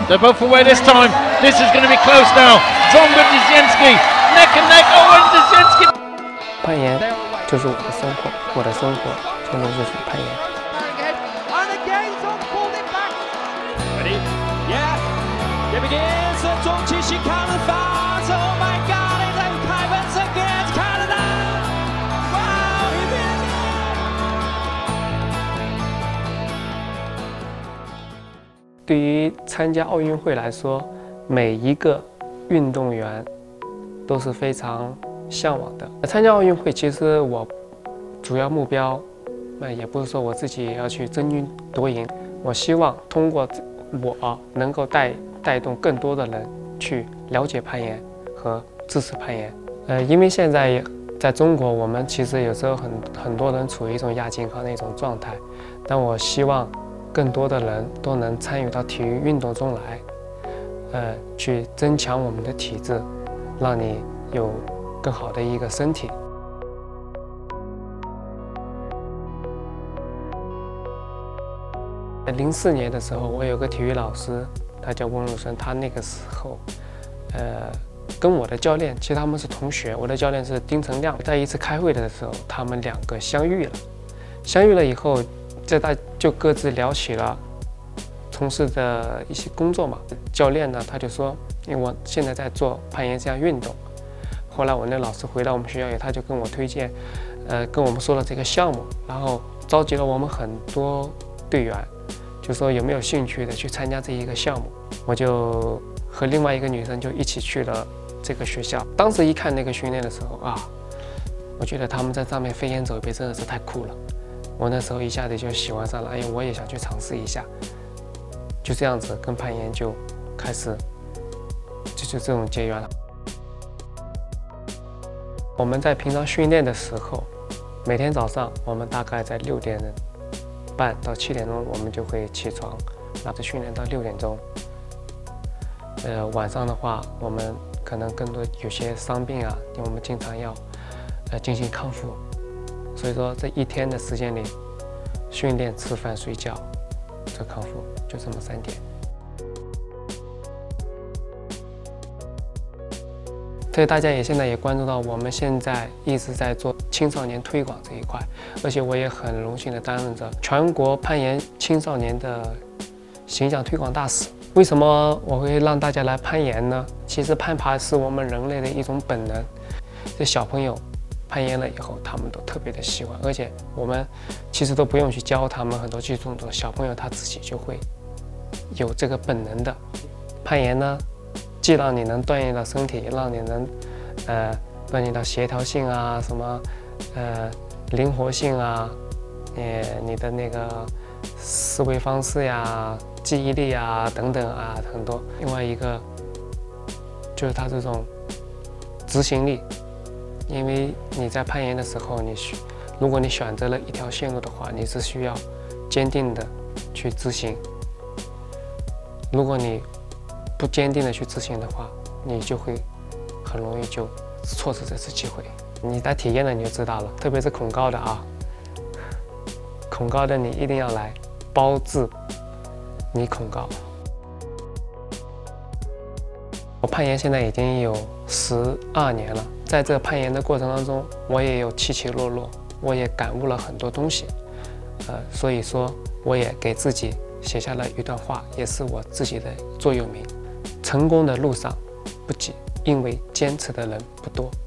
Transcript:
They're both away this time. This is going to be close now. Tsonga Dziecięcki, neck and neck. Owen Dziecięcki. 攀岩就是我的生活，我的生活真的就是攀岩。 Ready? Yeah. Here begins the 中期新康的发射。Oh my God! 一台开门声 against Canada. Wow! 一比0。 对于参加奥运会来说，每一个运动员都是非常向往的。参加奥运会，其实我主要目标，也不是说我自己要去争金夺银，我希望通过我能够带动更多的人去了解攀岩和支持攀岩。因为现在在中国，我们其实有时候很多人处于一种亚健康的一种状态，但我希望更多的人都能参与到体育运动中来，去增强我们的体质，让你有更好的一个身体。04年的时候，我有个体育老师，他叫温如生，他那个时候，跟我的教练，其实他们是同学，我的教练是丁成亮，在一次开会的时候，他们两个相遇了，相遇了以后，大家就各自聊起了从事的一些工作嘛。教练呢，他就说，因为我现在在做攀岩这项运动。后来我那老师回到我们学校以后，他就跟我推荐，跟我们说了这个项目，然后召集了我们很多队员，就说有没有兴趣的去参加这一个项目。我就和另外一个女生就一起去了这个学校。当时一看那个训练的时候啊，我觉得他们在上面飞檐走壁真的是太酷了。我那时候一下子就喜欢上了，哎，我也想去尝试一下。就这样子跟攀岩就开始就这种结缘了。我们在平常训练的时候，每天早上我们大概在6点半到7点钟，我们就会起床，然后训练到6点钟。晚上的话，我们可能更多有些伤病啊，因为我们经常要进行康复，所以说这一天的时间里，训练、吃饭、睡觉，这康复就这么3点。所以大家现在也关注到，我们现在一直在做青少年推广这一块，而且我也很荣幸的担任着全国攀岩青少年的形象推广大使。为什么我会让大家来攀岩呢？其实攀爬是我们人类的一种本能。这小朋友攀岩了以后，他们都特别的喜欢，而且我们其实都不用去教他们很多技术动作，小朋友他自己就会有这个本能的。攀岩呢，既让你能锻炼到身体，让你能锻炼到协调性啊，什么灵活性啊，你的那个思维方式呀、记忆力啊等等啊，很多。另外一个就是它这种执行力，因为你在攀岩的时候，如果你选择了一条线路的话，你是需要坚定的去执行。如果你不坚定的去执行的话，你就会很容易就错失这次机会。你来体验了你就知道了，特别是恐高的啊，恐高的你一定要来，包治你恐高。我攀岩现在已经有12年了，在这攀岩的过程当中，我也有起起落落，我也感悟了很多东西，所以说我也给自己写下了一段话，也是我自己的座右铭。成功的路上不急，因为坚持的人不多。